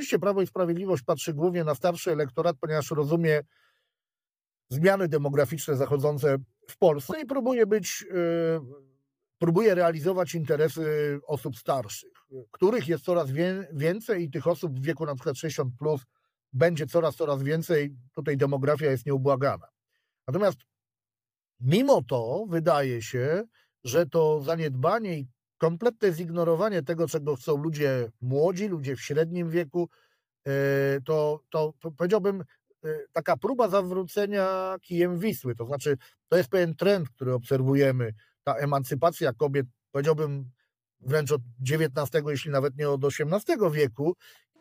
Oczywiście Prawo i Sprawiedliwość patrzy głównie na starszy elektorat, ponieważ rozumie zmiany demograficzne zachodzące w Polsce i próbuje realizować interesy osób starszych, których jest coraz więcej i tych osób w wieku na przykład 60 plus będzie coraz więcej. Tutaj demografia jest nieubłagana. Natomiast mimo to wydaje się, że to zaniedbanie i kompletne zignorowanie tego, czego chcą ludzie młodzi, ludzie w średnim wieku, to powiedziałbym taka próba zawrócenia kijem Wisły. To znaczy, to jest pewien trend, który obserwujemy, ta emancypacja kobiet, powiedziałbym wręcz od XIX, jeśli nawet nie od XVIII wieku.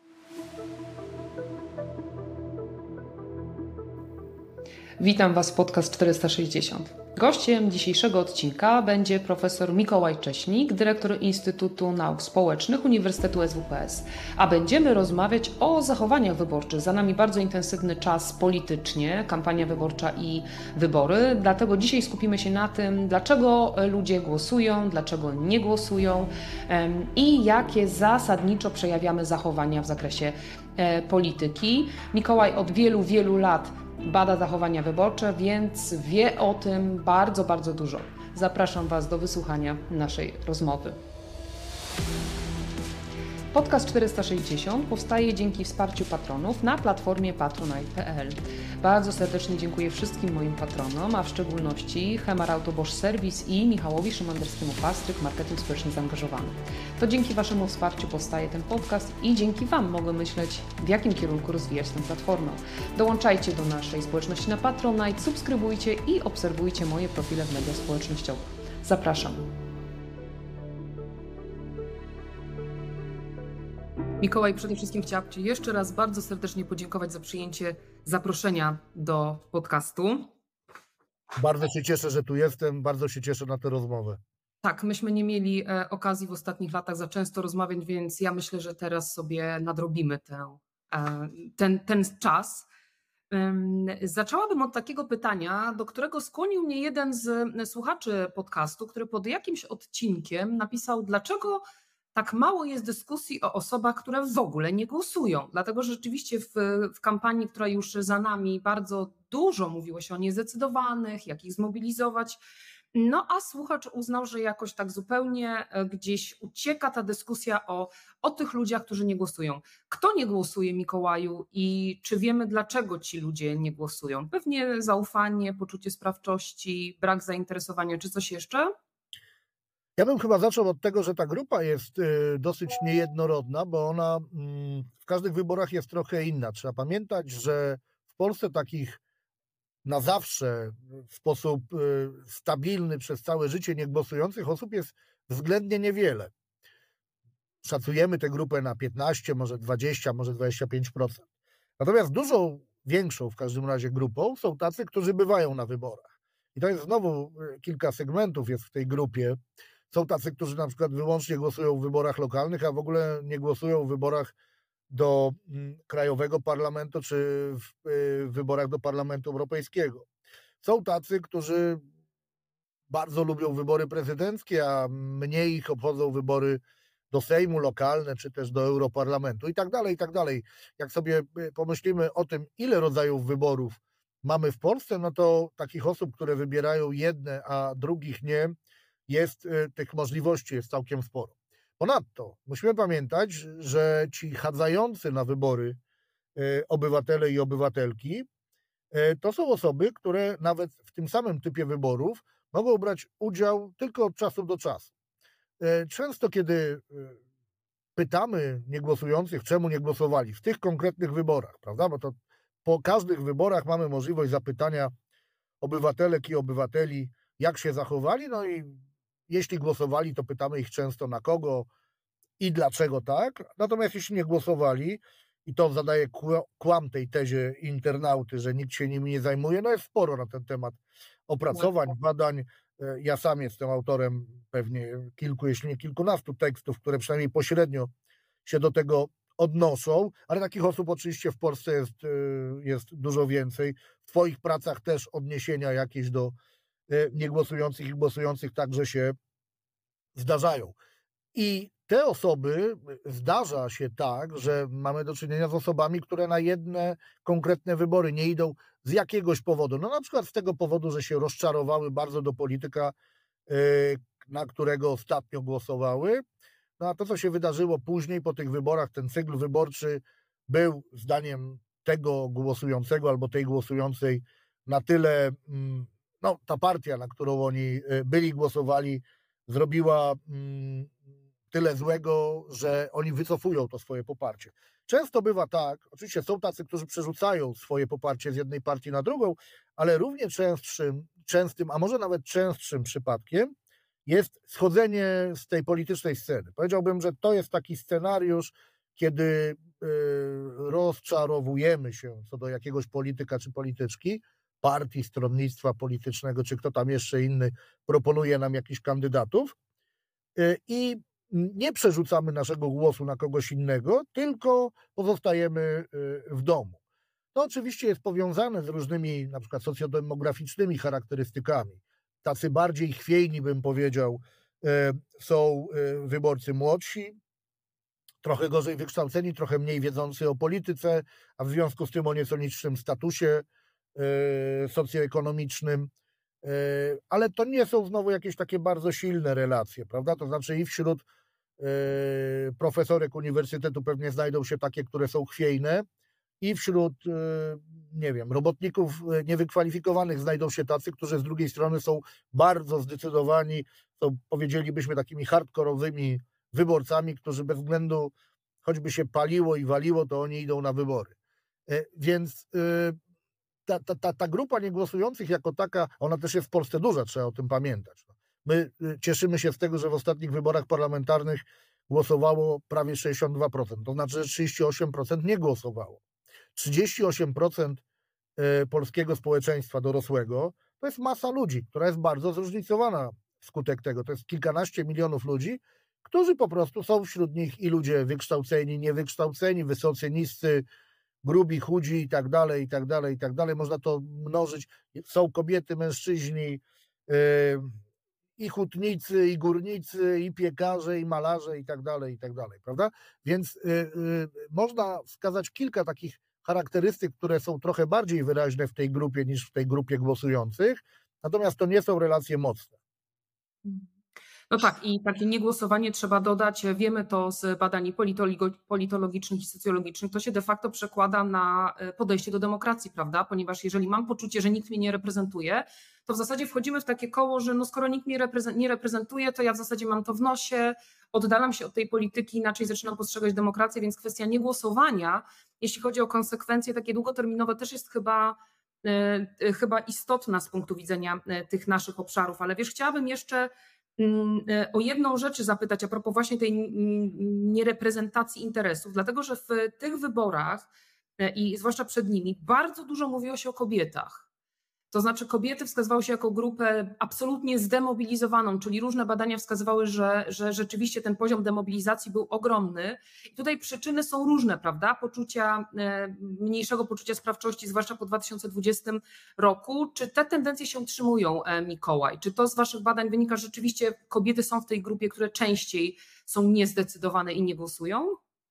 Witam Was w podcast 460. Gościem dzisiejszego odcinka będzie profesor Mikołaj Cześnik, dyrektor Instytutu Nauk Społecznych Uniwersytetu SWPS, a będziemy rozmawiać o zachowaniach wyborczych. Za nami bardzo intensywny czas politycznie, kampania wyborcza i wybory, dlatego dzisiaj skupimy się na tym, dlaczego ludzie głosują, dlaczego nie głosują i jakie zasadniczo przejawiamy zachowania w zakresie polityki. Mikołaj od wielu lat bada zachowania wyborcze, więc wie o tym bardzo dużo. Zapraszam Was do wysłuchania naszej rozmowy. Podcast 460 powstaje dzięki wsparciu patronów na platformie patronite.pl. Bardzo serdecznie dziękuję wszystkim moim patronom, a w szczególności Hemar Autobosz Serwis i Michałowi Szymanderskiemu-Pastryk, marketing społecznie zaangażowany. To dzięki Waszemu wsparciu powstaje ten podcast i dzięki Wam mogę myśleć, w jakim kierunku rozwijać tę platformę. Dołączajcie do naszej społeczności na Patronite, subskrybujcie i obserwujcie moje profile w mediach społecznościowych. Zapraszam. Mikołaj, przede wszystkim chciałabym Ci jeszcze raz bardzo serdecznie podziękować za przyjęcie zaproszenia do podcastu. Bardzo się cieszę, że tu jestem, bardzo się cieszę na tę rozmowę. Tak, myśmy nie mieli okazji w ostatnich latach za często rozmawiać, więc ja myślę, że teraz sobie nadrobimy ten czas. Zaczęłabym od takiego pytania, do którego skłonił mnie jeden z słuchaczy podcastu, który pod jakimś odcinkiem napisał, dlaczego tak mało jest dyskusji o osobach, które w ogóle nie głosują. Dlatego, że rzeczywiście w kampanii, która już za nami, bardzo dużo mówiło się o niezdecydowanych, jak ich zmobilizować. No a słuchacz uznał, że jakoś tak zupełnie gdzieś ucieka ta dyskusja o tych ludziach, którzy nie głosują. Kto nie głosuje, Mikołaju, i czy wiemy, dlaczego ci ludzie nie głosują? Pewnie zaufanie, poczucie sprawczości, brak zainteresowania, czy coś jeszcze? Ja bym chyba zaczął od tego, że ta grupa jest dosyć niejednorodna, bo ona w każdych wyborach jest trochę inna. Trzeba pamiętać, że w Polsce takich na zawsze w sposób stabilny przez całe życie niegłosujących osób jest względnie niewiele. Szacujemy tę grupę na 15, może 20, może 25%. Natomiast dużo większą w każdym razie grupą są tacy, którzy bywają na wyborach. I to jest znowu kilka segmentów jest w tej grupie. Są tacy, którzy na przykład wyłącznie głosują w wyborach lokalnych, a w ogóle nie głosują w wyborach do krajowego parlamentu czy w wyborach do Parlamentu Europejskiego. Są tacy, którzy bardzo lubią wybory prezydenckie, a mniej ich obchodzą wybory do Sejmu lokalne, czy też do Europarlamentu i tak dalej, i tak dalej. Jak sobie pomyślimy o tym, ile rodzajów wyborów mamy w Polsce, no to takich osób, które wybierają jedne, a drugich nie, jest tych możliwości jest całkiem sporo. Ponadto musimy pamiętać, że ci chadzający na wybory obywatele i obywatelki to są osoby, które nawet w tym samym typie wyborów mogą brać udział tylko od czasu do czasu. Często, kiedy pytamy niegłosujących, czemu nie głosowali w tych konkretnych wyborach, prawda? Bo to po każdych wyborach mamy możliwość zapytania obywatelek i obywateli, jak się zachowali, no i jeśli głosowali, to pytamy ich często na kogo i dlaczego tak. Natomiast jeśli nie głosowali, i to zadaje kłam tej tezie internauty, że nikt się nimi nie zajmuje, no jest sporo na ten temat opracowań, badań. Ja sam jestem autorem pewnie kilku, jeśli nie kilkunastu tekstów, które przynajmniej pośrednio się do tego odnoszą, ale takich osób oczywiście w Polsce jest dużo więcej. W Twoich pracach też odniesienia jakieś do niegłosujących i głosujących także się zdarzają. I te osoby, zdarza się tak, że mamy do czynienia z osobami, które na jedne konkretne wybory nie idą z jakiegoś powodu. No na przykład z tego powodu, że się rozczarowały bardzo do polityka, na którego ostatnio głosowały. No a to, co się wydarzyło później po tych wyborach, ten cykl wyborczy był zdaniem tego głosującego albo tej głosującej na tyle, no ta partia, na którą oni głosowali, zrobiła tyle złego, że oni wycofują to swoje poparcie. Często bywa tak, oczywiście są tacy, którzy przerzucają swoje poparcie z jednej partii na drugą, ale równie częstym, a może nawet częstszym przypadkiem jest schodzenie z tej politycznej sceny. Powiedziałbym, że to jest taki scenariusz, kiedy rozczarowujemy się co do jakiegoś polityka czy polityczki, partii, stronnictwa politycznego, czy kto tam jeszcze inny proponuje nam jakichś kandydatów i nie przerzucamy naszego głosu na kogoś innego, tylko pozostajemy w domu. To oczywiście jest powiązane z różnymi na przykład socjodemograficznymi charakterystykami. Tacy bardziej chwiejni, bym powiedział, są wyborcy młodsi, trochę gorzej wykształceni, trochę mniej wiedzący o polityce, a w związku z tym o nieco niższym statusie socjoekonomicznym, ale to nie są znowu jakieś takie bardzo silne relacje, prawda? To znaczy i wśród profesorek uniwersytetu pewnie znajdą się takie, które są chwiejne, i wśród, nie wiem, robotników niewykwalifikowanych znajdą się tacy, którzy z drugiej strony są bardzo zdecydowani, są, powiedzielibyśmy, takimi hardkorowymi wyborcami, którzy bez względu, choćby się paliło i waliło, to oni idą na wybory. Więc ta grupa niegłosujących jako taka, ona też jest w Polsce duża, trzeba o tym pamiętać. My cieszymy się z tego, że w ostatnich wyborach parlamentarnych głosowało prawie 62%, to znaczy, że 38% nie głosowało. 38% polskiego społeczeństwa dorosłego to jest masa ludzi, która jest bardzo zróżnicowana wskutek tego. To jest kilkanaście milionów ludzi, którzy po prostu są wśród nich i ludzie wykształceni, niewykształceni, wysocy, niscy, grubi, chudzi i tak dalej, i tak dalej, i tak dalej. Można to mnożyć. Są kobiety, mężczyźni, i hutnicy, i górnicy, i piekarze, i malarze, i tak dalej, prawda? Więc można wskazać kilka takich charakterystyk, które są trochę bardziej wyraźne w tej grupie niż w tej grupie głosujących, natomiast to nie są relacje mocne. No tak, i takie niegłosowanie trzeba dodać, wiemy to z badań politologicznych i socjologicznych, to się de facto przekłada na podejście do demokracji, prawda? Ponieważ jeżeli mam poczucie, że nikt mnie nie reprezentuje, to w zasadzie wchodzimy w takie koło, że no skoro nikt mnie nie reprezentuje, to ja w zasadzie mam to w nosie, oddalam się od tej polityki, inaczej zaczynam postrzegać demokrację, więc kwestia niegłosowania, jeśli chodzi o konsekwencje takie długoterminowe, też jest chyba istotna z punktu widzenia tych naszych obszarów. Ale wiesz, chciałabym jeszcze o jedną rzecz zapytać a propos właśnie tej niereprezentacji interesów, dlatego że w tych wyborach i zwłaszcza przed nimi bardzo dużo mówiło się o kobietach. To znaczy kobiety wskazywały się jako grupę absolutnie zdemobilizowaną, czyli różne badania wskazywały, że rzeczywiście ten poziom demobilizacji był ogromny. I tutaj przyczyny są różne, prawda? Mniejszego poczucia sprawczości, zwłaszcza po 2020 roku. Czy te tendencje się utrzymują, Mikołaj? Czy to z waszych badań wynika, że rzeczywiście kobiety są w tej grupie, które częściej są niezdecydowane i nie głosują?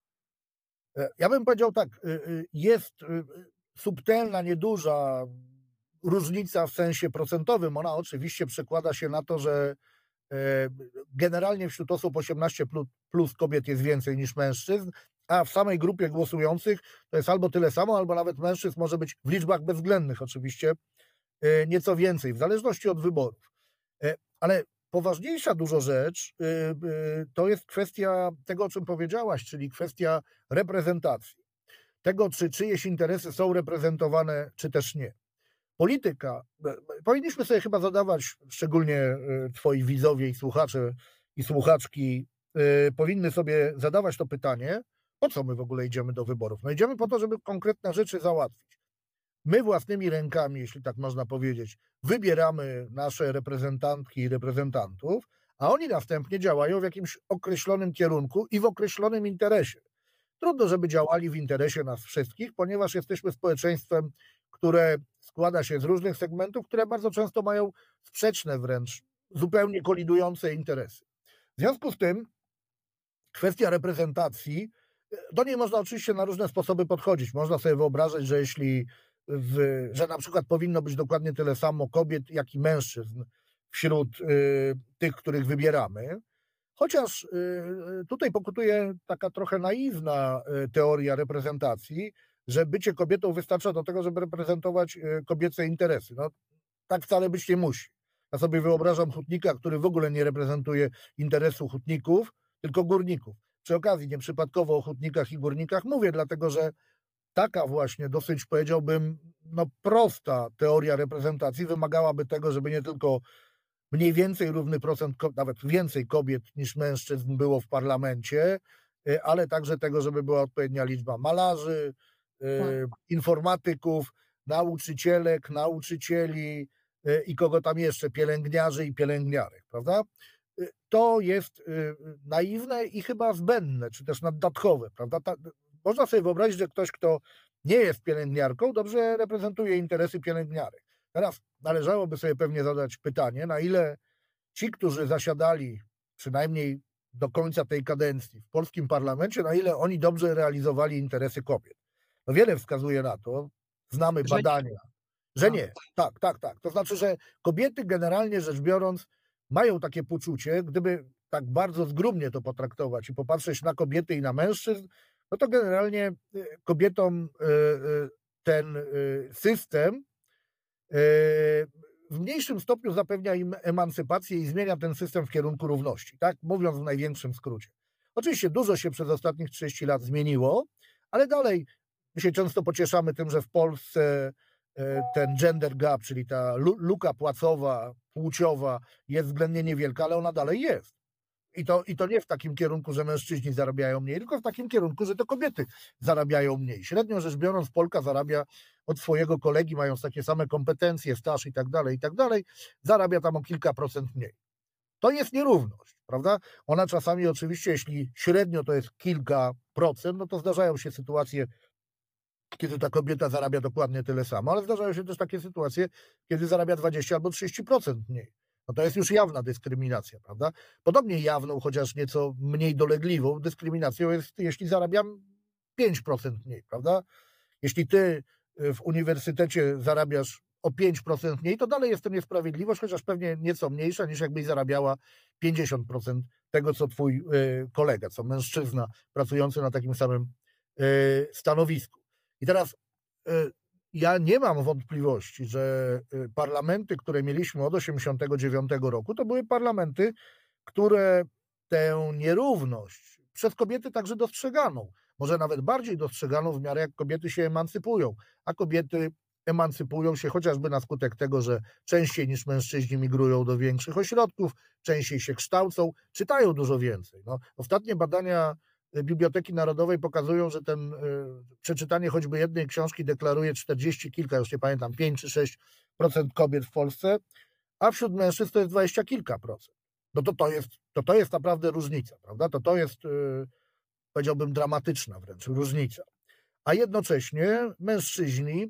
Ja bym powiedział tak, jest subtelna, nieduża różnica w sensie procentowym. Ona oczywiście przekłada się na to, że generalnie wśród osób 18 plus kobiet jest więcej niż mężczyzn, a w samej grupie głosujących to jest albo tyle samo, albo nawet mężczyzn może być w liczbach bezwzględnych oczywiście nieco więcej, w zależności od wyborów. Ale poważniejsza dużo rzecz to jest kwestia tego, o czym powiedziałaś, czyli kwestia reprezentacji. Tego, czy czyjeś interesy są reprezentowane, czy też nie. Polityka, powinniśmy sobie chyba zadawać, szczególnie twoi widzowie i słuchacze i słuchaczki powinny sobie zadawać to pytanie, po co my w ogóle idziemy do wyborów? No idziemy po to, żeby konkretne rzeczy załatwić. My własnymi rękami, jeśli tak można powiedzieć, wybieramy nasze reprezentantki i reprezentantów, a oni następnie działają w jakimś określonym kierunku i w określonym interesie. Trudno, żeby działali w interesie nas wszystkich, ponieważ jesteśmy społeczeństwem, które składa się z różnych segmentów, które bardzo często mają sprzeczne wręcz, zupełnie kolidujące interesy. W związku z tym kwestia reprezentacji, do niej można oczywiście na różne sposoby podchodzić. Można sobie wyobrażać, że że na przykład powinno być dokładnie tyle samo kobiet, jak i mężczyzn wśród tych, których wybieramy. Chociaż tutaj pokutuje taka trochę naiwna teoria reprezentacji, że bycie kobietą wystarcza do tego, żeby reprezentować kobiece interesy. No, tak wcale być nie musi. Ja sobie wyobrażam hutnika, który w ogóle nie reprezentuje interesu hutników, tylko górników. Przy okazji nieprzypadkowo o hutnikach i górnikach mówię, dlatego że taka właśnie dosyć, powiedziałbym, prosta teoria reprezentacji wymagałaby tego, żeby nie tylko mniej więcej równy procent, nawet więcej kobiet niż mężczyzn było w parlamencie, ale także tego, żeby była odpowiednia liczba malarzy, informatyków, nauczycielek, nauczycieli i kogo tam jeszcze, pielęgniarzy i pielęgniarek, prawda? To jest naiwne i chyba zbędne, czy też naddatkowe, prawda? Można sobie wyobrazić, że ktoś, kto nie jest pielęgniarką, dobrze reprezentuje interesy pielęgniarek. Teraz należałoby sobie pewnie zadać pytanie, na ile ci, którzy zasiadali przynajmniej do końca tej kadencji w polskim parlamencie, na ile oni dobrze realizowali interesy kobiet. No wiele wskazuje na to, znamy badania, że nie. Tak. To znaczy, że kobiety generalnie rzecz biorąc mają takie poczucie, gdyby tak bardzo zgrubnie to potraktować i popatrzeć na kobiety i na mężczyzn, no to generalnie kobietom ten system w mniejszym stopniu zapewnia im emancypację i zmienia ten system w kierunku równości, tak? Mówiąc w największym skrócie. Oczywiście dużo się przez ostatnich 30 lat zmieniło, ale dalej my się często pocieszamy tym, że w Polsce ten gender gap, czyli ta luka płacowa, płciowa jest względnie niewielka, ale ona dalej jest. I to nie w takim kierunku, że mężczyźni zarabiają mniej, tylko w takim kierunku, że to kobiety zarabiają mniej. Średnio rzecz biorąc, Polka zarabia od swojego kolegi, mając takie same kompetencje, staż i tak dalej, zarabia tam o kilka procent mniej. To jest nierówność, prawda? Ona czasami oczywiście, jeśli średnio to jest kilka procent, no to zdarzają się sytuacje, kiedy ta kobieta zarabia dokładnie tyle samo, ale zdarzają się też takie sytuacje, kiedy zarabia 20 albo 30% mniej. No to jest już jawna dyskryminacja, prawda? Podobnie jawną, chociaż nieco mniej dolegliwą dyskryminacją jest, jeśli zarabiam 5% mniej, prawda? Jeśli ty w uniwersytecie zarabiasz o 5% mniej, to dalej jest to niesprawiedliwość, chociaż pewnie nieco mniejsza niż jakbyś zarabiała 50% tego, co twój kolega, co mężczyzna pracujący na takim samym stanowisku. I teraz ja nie mam wątpliwości, że parlamenty, które mieliśmy od 1989 roku, to były parlamenty, które tę nierówność przez kobiety także dostrzegano. Może nawet bardziej dostrzegano w miarę jak kobiety się emancypują, a kobiety emancypują się chociażby na skutek tego, że częściej niż mężczyźni migrują do większych ośrodków, częściej się kształcą, czytają dużo więcej. No, ostatnie badania Biblioteki Narodowej pokazują, że przeczytanie choćby jednej książki deklaruje 40 kilka, już nie pamiętam, 5 czy 6% kobiet w Polsce, a wśród mężczyzn to jest 20 kilka procent. No to jest naprawdę różnica, prawda? To jest, powiedziałbym, dramatyczna wręcz różnica. A jednocześnie mężczyźni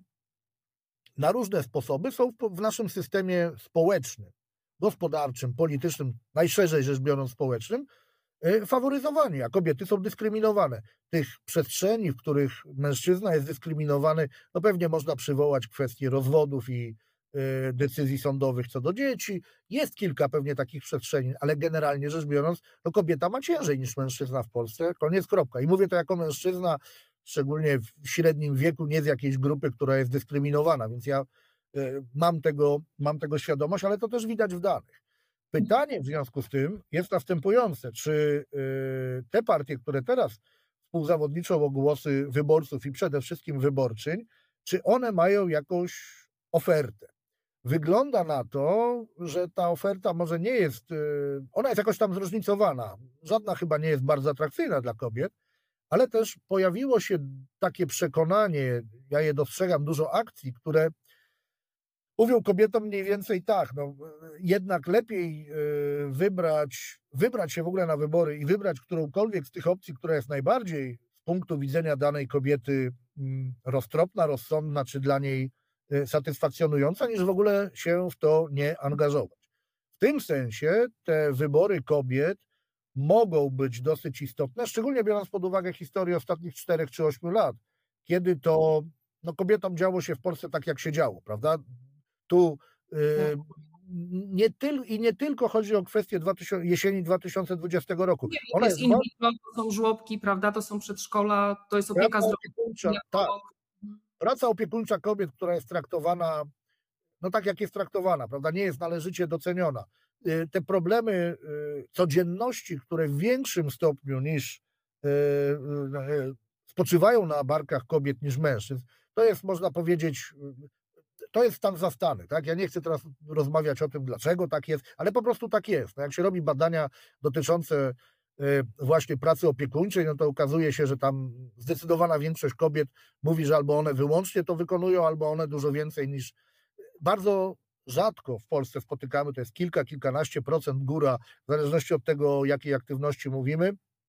na różne sposoby są w naszym systemie społecznym, gospodarczym, politycznym, najszerzej rzecz biorąc społecznym, faworyzowani, a kobiety są dyskryminowane. Tych przestrzeni, w których mężczyzna jest dyskryminowany, no pewnie można przywołać kwestie rozwodów i decyzji sądowych co do dzieci. Jest kilka pewnie takich przestrzeni, ale generalnie rzecz biorąc, no kobieta ma ciężej niż mężczyzna w Polsce, koniec, kropka. I mówię to jako mężczyzna, szczególnie w średnim wieku, nie z jakiejś grupy, która jest dyskryminowana, więc ja mam tego świadomość, ale to też widać w danych. Pytanie w związku z tym jest następujące, czy te partie, które teraz współzawodniczą o głosy wyborców i przede wszystkim wyborczyń, czy one mają jakąś ofertę? Wygląda na to, że ta oferta może nie jest, ona jest jakoś tam zróżnicowana, żadna chyba nie jest bardzo atrakcyjna dla kobiet, ale też pojawiło się takie przekonanie, ja je dostrzegam, dużo akcji, które mówią kobietom mniej więcej tak, no jednak lepiej wybrać się w ogóle na wybory i wybrać którąkolwiek z tych opcji, która jest najbardziej z punktu widzenia danej kobiety roztropna, rozsądna, czy dla niej satysfakcjonująca, niż w ogóle się w to nie angażować. W tym sensie te wybory kobiet mogą być dosyć istotne, szczególnie biorąc pod uwagę historię ostatnich 4 czy 8 lat, kiedy to kobietom działo się w Polsce tak, jak się działo, prawda? Tu nie tylko chodzi o kwestię jesieni 2020 roku. Nie, to Ona jest jest in vitro, to są żłobki, prawda, to są przedszkola, to jest opieka zdrowotna. Tak, praca opiekuńcza kobiet, która jest traktowana tak, jak jest traktowana, prawda, nie jest należycie doceniona. Te problemy codzienności, które w większym stopniu niż spoczywają na barkach kobiet niż mężczyzn, to jest, można powiedzieć, to jest stan zastany, tak? Ja nie chcę teraz rozmawiać o tym, dlaczego tak jest, ale po prostu tak jest. Jak się robi badania dotyczące właśnie pracy opiekuńczej, to okazuje się, że tam zdecydowana większość kobiet mówi, że albo one wyłącznie to wykonują, albo one dużo więcej niż... Bardzo rzadko w Polsce spotykamy, to jest kilkanaście procent góra, w zależności od tego, o jakiej aktywności mówimy,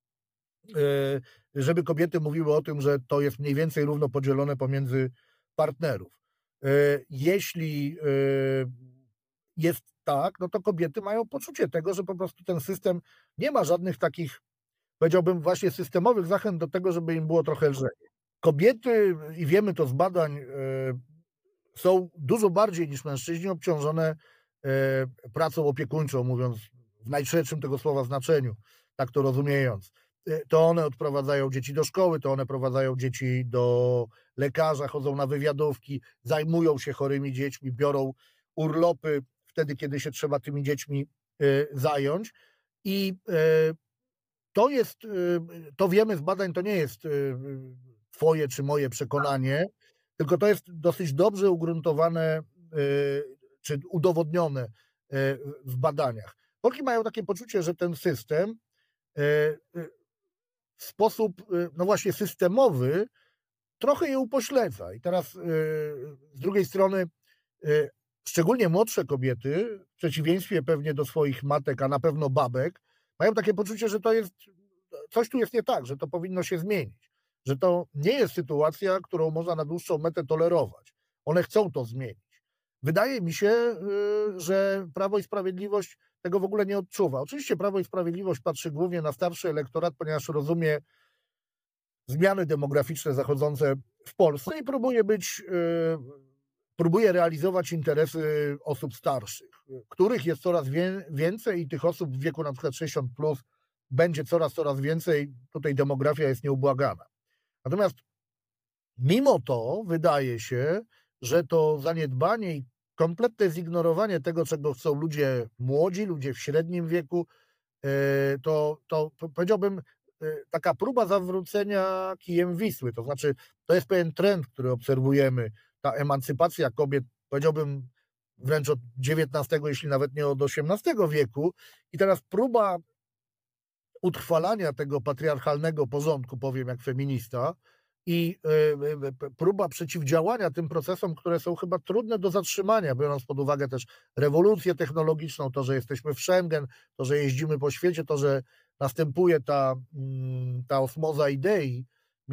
żeby kobiety mówiły o tym, że to jest mniej więcej równo podzielone pomiędzy partnerów. Jeśli jest tak, to kobiety mają poczucie tego, że po prostu ten system nie ma żadnych takich, powiedziałbym, właśnie systemowych zachęt do tego, żeby im było trochę lżej. Kobiety, i wiemy to z badań, są dużo bardziej niż mężczyźni obciążone pracą opiekuńczą, mówiąc w najszerszym tego słowa znaczeniu, tak to rozumiejąc. To one odprowadzają dzieci do szkoły, to one prowadzają dzieci do lekarza, chodzą na wywiadówki, zajmują się chorymi dziećmi, biorą urlopy wtedy, kiedy się trzeba tymi dziećmi zająć. I to wiemy z badań, to nie jest twoje czy moje przekonanie, tylko to jest dosyć dobrze ugruntowane czy udowodnione w badaniach. Polki mają takie poczucie, że ten system w sposób, właśnie systemowy trochę je upośledza. I teraz z drugiej strony szczególnie młodsze kobiety, w przeciwieństwie pewnie do swoich matek, a na pewno babek, mają takie poczucie, że coś tu jest nie tak, że to powinno się zmienić, że to nie jest sytuacja, którą można na dłuższą metę tolerować. One chcą to zmienić. Wydaje mi się, że Prawo i Sprawiedliwość tego w ogóle nie odczuwa. Oczywiście Prawo i Sprawiedliwość patrzy głównie na starszy elektorat, ponieważ rozumie zmiany demograficzne zachodzące w Polsce i próbuje realizować interesy osób starszych, których jest coraz więcej i tych osób w wieku na przykład 60 plus będzie coraz więcej. Tutaj demografia jest nieubłagana. Natomiast mimo to wydaje się, że to zaniedbanie i kompletne zignorowanie tego, czego chcą ludzie młodzi, ludzie w średnim wieku, to powiedziałbym taka próba zawrócenia kijem Wisły. To znaczy, to jest pewien trend, który obserwujemy, ta emancypacja kobiet, powiedziałbym wręcz od XIX, jeśli nawet nie od XVIII wieku. I teraz próba utrwalania tego patriarchalnego porządku, powiem jak feminista, i próba przeciwdziałania tym procesom, które są chyba trudne do zatrzymania, biorąc pod uwagę też rewolucję technologiczną, to, że jesteśmy w Schengen, to, że jeździmy po świecie, to, że następuje ta osmoza idei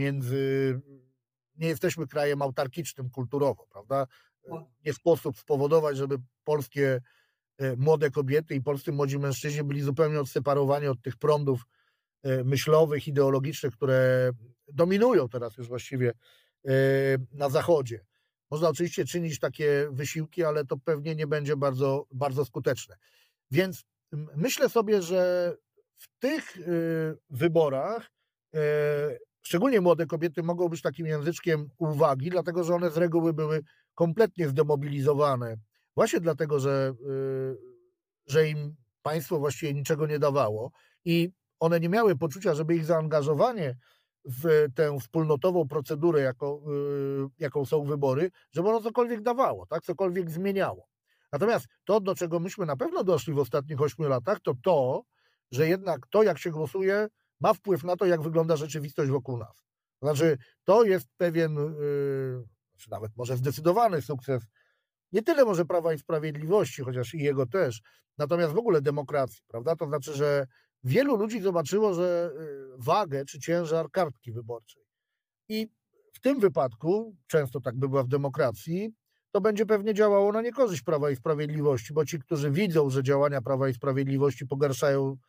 nie jesteśmy krajem autarkicznym kulturowo, prawda? Nie sposób spowodować, żeby polskie młode kobiety i polscy młodzi mężczyźni byli zupełnie odseparowani od tych prądów myślowych, ideologicznych, które dominują teraz już właściwie na Zachodzie. Można oczywiście czynić takie wysiłki, ale to pewnie nie będzie bardzo, bardzo skuteczne. Więc myślę sobie, że w tych wyborach szczególnie młode kobiety mogą być takim języczkiem uwagi, dlatego że one z reguły były kompletnie zdemobilizowane. Właśnie dlatego, że im państwo właściwie niczego nie dawało i one nie miały poczucia, żeby ich zaangażowanie w tę wspólnotową procedurę, jaką są wybory, żeby ono cokolwiek dawało, tak? Cokolwiek zmieniało. Natomiast to, do czego myśmy na pewno doszli w ostatnich 8 latach, to, że jednak to, jak się głosuje, ma wpływ na to, jak wygląda rzeczywistość wokół nas. To znaczy, to jest pewien, czy nawet może zdecydowany sukces, nie tyle może Prawa i Sprawiedliwości, chociaż i jego też, natomiast w ogóle demokracji, prawda? To znaczy, że wielu ludzi zobaczyło, że wagę czy ciężar kartki wyborczej. I w tym wypadku, często tak bywa w demokracji, to będzie pewnie działało na niekorzyść Prawa i Sprawiedliwości, bo ci, którzy widzą, że działania Prawa i Sprawiedliwości pogarszają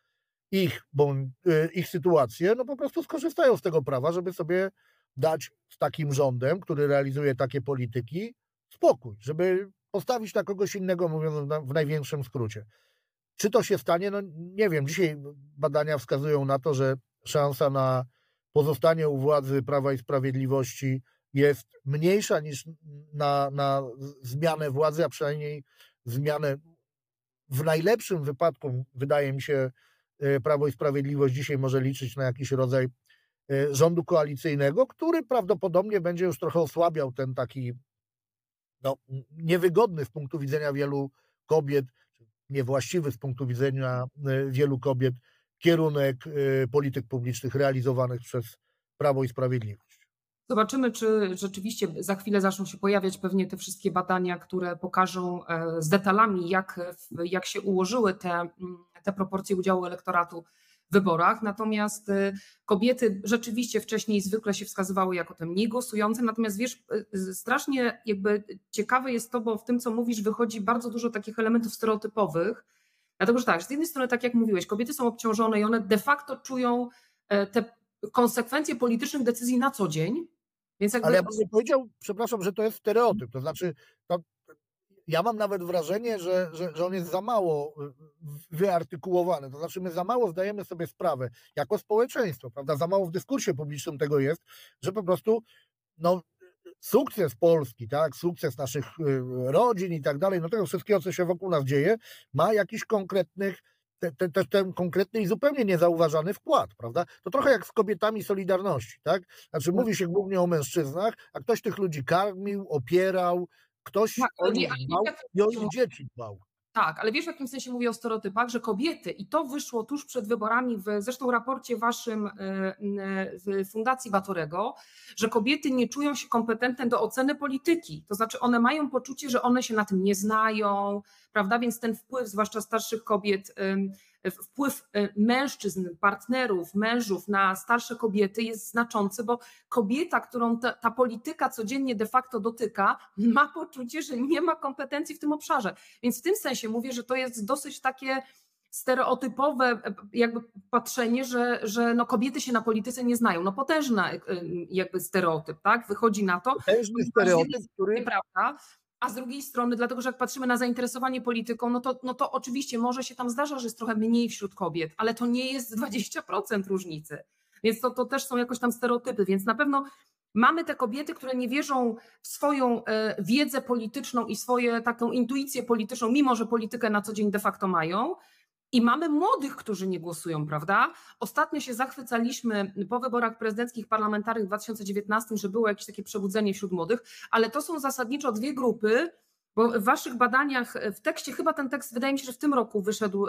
ich sytuację, no po prostu skorzystają z tego prawa, żeby sobie dać z takim rządem, który realizuje takie polityki, spokój, żeby postawić na kogoś innego, mówiąc w największym skrócie. Czy to się stanie? No nie wiem. Dzisiaj badania wskazują na to, że szansa na pozostanie u władzy Prawa i Sprawiedliwości jest mniejsza niż na zmianę władzy, a przynajmniej zmianę w najlepszym wypadku, wydaje mi się, Prawo i Sprawiedliwość dzisiaj może liczyć na jakiś rodzaj rządu koalicyjnego, który prawdopodobnie będzie już trochę osłabiał ten taki niewygodny z punktu widzenia wielu kobiet, niewłaściwy z punktu widzenia wielu kobiet kierunek polityk publicznych realizowanych przez Prawo i Sprawiedliwość. Zobaczymy, czy rzeczywiście za chwilę zaczną się pojawiać pewnie te wszystkie badania, które pokażą z detalami, jak się ułożyły te proporcje udziału elektoratu w wyborach. Natomiast kobiety rzeczywiście wcześniej zwykle się wskazywały jako te mniej głosujące. Natomiast wiesz, strasznie jakby ciekawe jest to, bo w tym, co mówisz, wychodzi bardzo dużo takich elementów stereotypowych. Dlatego, że tak, z jednej strony, tak jak mówiłeś, kobiety są obciążone i one de facto czują te konsekwencje politycznych decyzji na co dzień. Więc jakby... Ale ja bym nie powiedział, przepraszam, że to jest stereotyp. To znaczy, ja mam nawet wrażenie, że on jest za mało wyartykułowany. To znaczy, my za mało zdajemy sobie sprawę jako społeczeństwo, prawda? Za mało w dyskursie publicznym tego jest, że po prostu sukces Polski, tak, sukces naszych rodzin i tak dalej, tego wszystkiego, co się wokół nas dzieje, ma jakiś ten konkretny i zupełnie niezauważany wkład, prawda? To trochę jak z kobietami Solidarności, tak? Znaczy mówi się głównie o mężczyznach, a ktoś tych ludzi karmił, opierał, ktoś o nich dbał i o ich dzieci dbał. Tak, ale wiesz, w jakim sensie mówię o stereotypach, że kobiety, i to wyszło tuż przed wyborami, w zresztą raporcie waszym w Fundacji Batorego, że kobiety nie czują się kompetentne do oceny polityki. To znaczy one mają poczucie, że one się na tym nie znają, prawda? Więc ten wpływ, zwłaszcza starszych kobiet, wpływ mężczyzn, partnerów, mężów na starsze kobiety jest znaczący, bo kobieta, którą ta polityka codziennie de facto dotyka, ma poczucie, że nie ma kompetencji w tym obszarze. Więc w tym sensie mówię, że to jest dosyć takie stereotypowe jakby patrzenie, że kobiety się na polityce nie znają. Potężny jakby stereotyp, tak? Wychodzi na to. Potężny stereotyp, który... Nieprawda. A z drugiej strony, dlatego że jak patrzymy na zainteresowanie polityką, no to oczywiście może się tam zdarza, że jest trochę mniej wśród kobiet, ale to nie jest 20% różnicy. Więc to też są jakoś tam stereotypy. Więc na pewno mamy te kobiety, które nie wierzą w swoją wiedzę polityczną i swoją taką intuicję polityczną, mimo że politykę na co dzień de facto mają. I mamy młodych, którzy nie głosują, prawda? Ostatnio się zachwycaliśmy po wyborach prezydenckich, parlamentarnych w 2019, że było jakieś takie przebudzenie wśród młodych, ale to są zasadniczo dwie grupy, bo w waszych badaniach, w tekście, chyba ten tekst wydaje mi się, że w tym roku wyszedł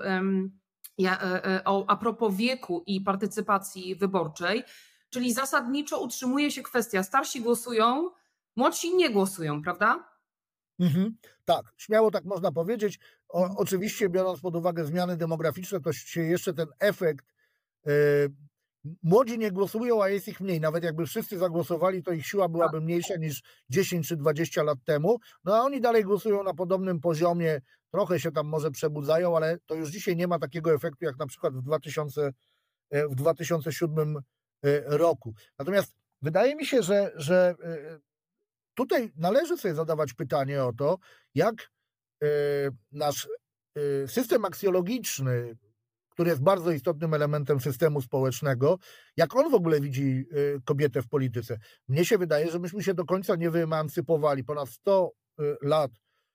a propos wieku i partycypacji wyborczej, czyli zasadniczo utrzymuje się kwestia, starsi głosują, młodsi nie głosują, prawda? Tak, śmiało tak można powiedzieć. Oczywiście biorąc pod uwagę zmiany demograficzne, to się jeszcze ten efekt, młodzi nie głosują, a jest ich mniej. Nawet jakby wszyscy zagłosowali, to ich siła byłaby mniejsza niż 10 czy 20 lat temu. A oni dalej głosują na podobnym poziomie, trochę się tam może przebudzają, ale to już dzisiaj nie ma takiego efektu jak na przykład w 2007 roku. Natomiast wydaje mi się, że tutaj należy sobie zadawać pytanie o to, jak nasz system aksjologiczny, który jest bardzo istotnym elementem systemu społecznego, jak on w ogóle widzi kobietę w polityce. Mnie się wydaje, że myśmy się do końca nie wyemancypowali. Ponad 100 lat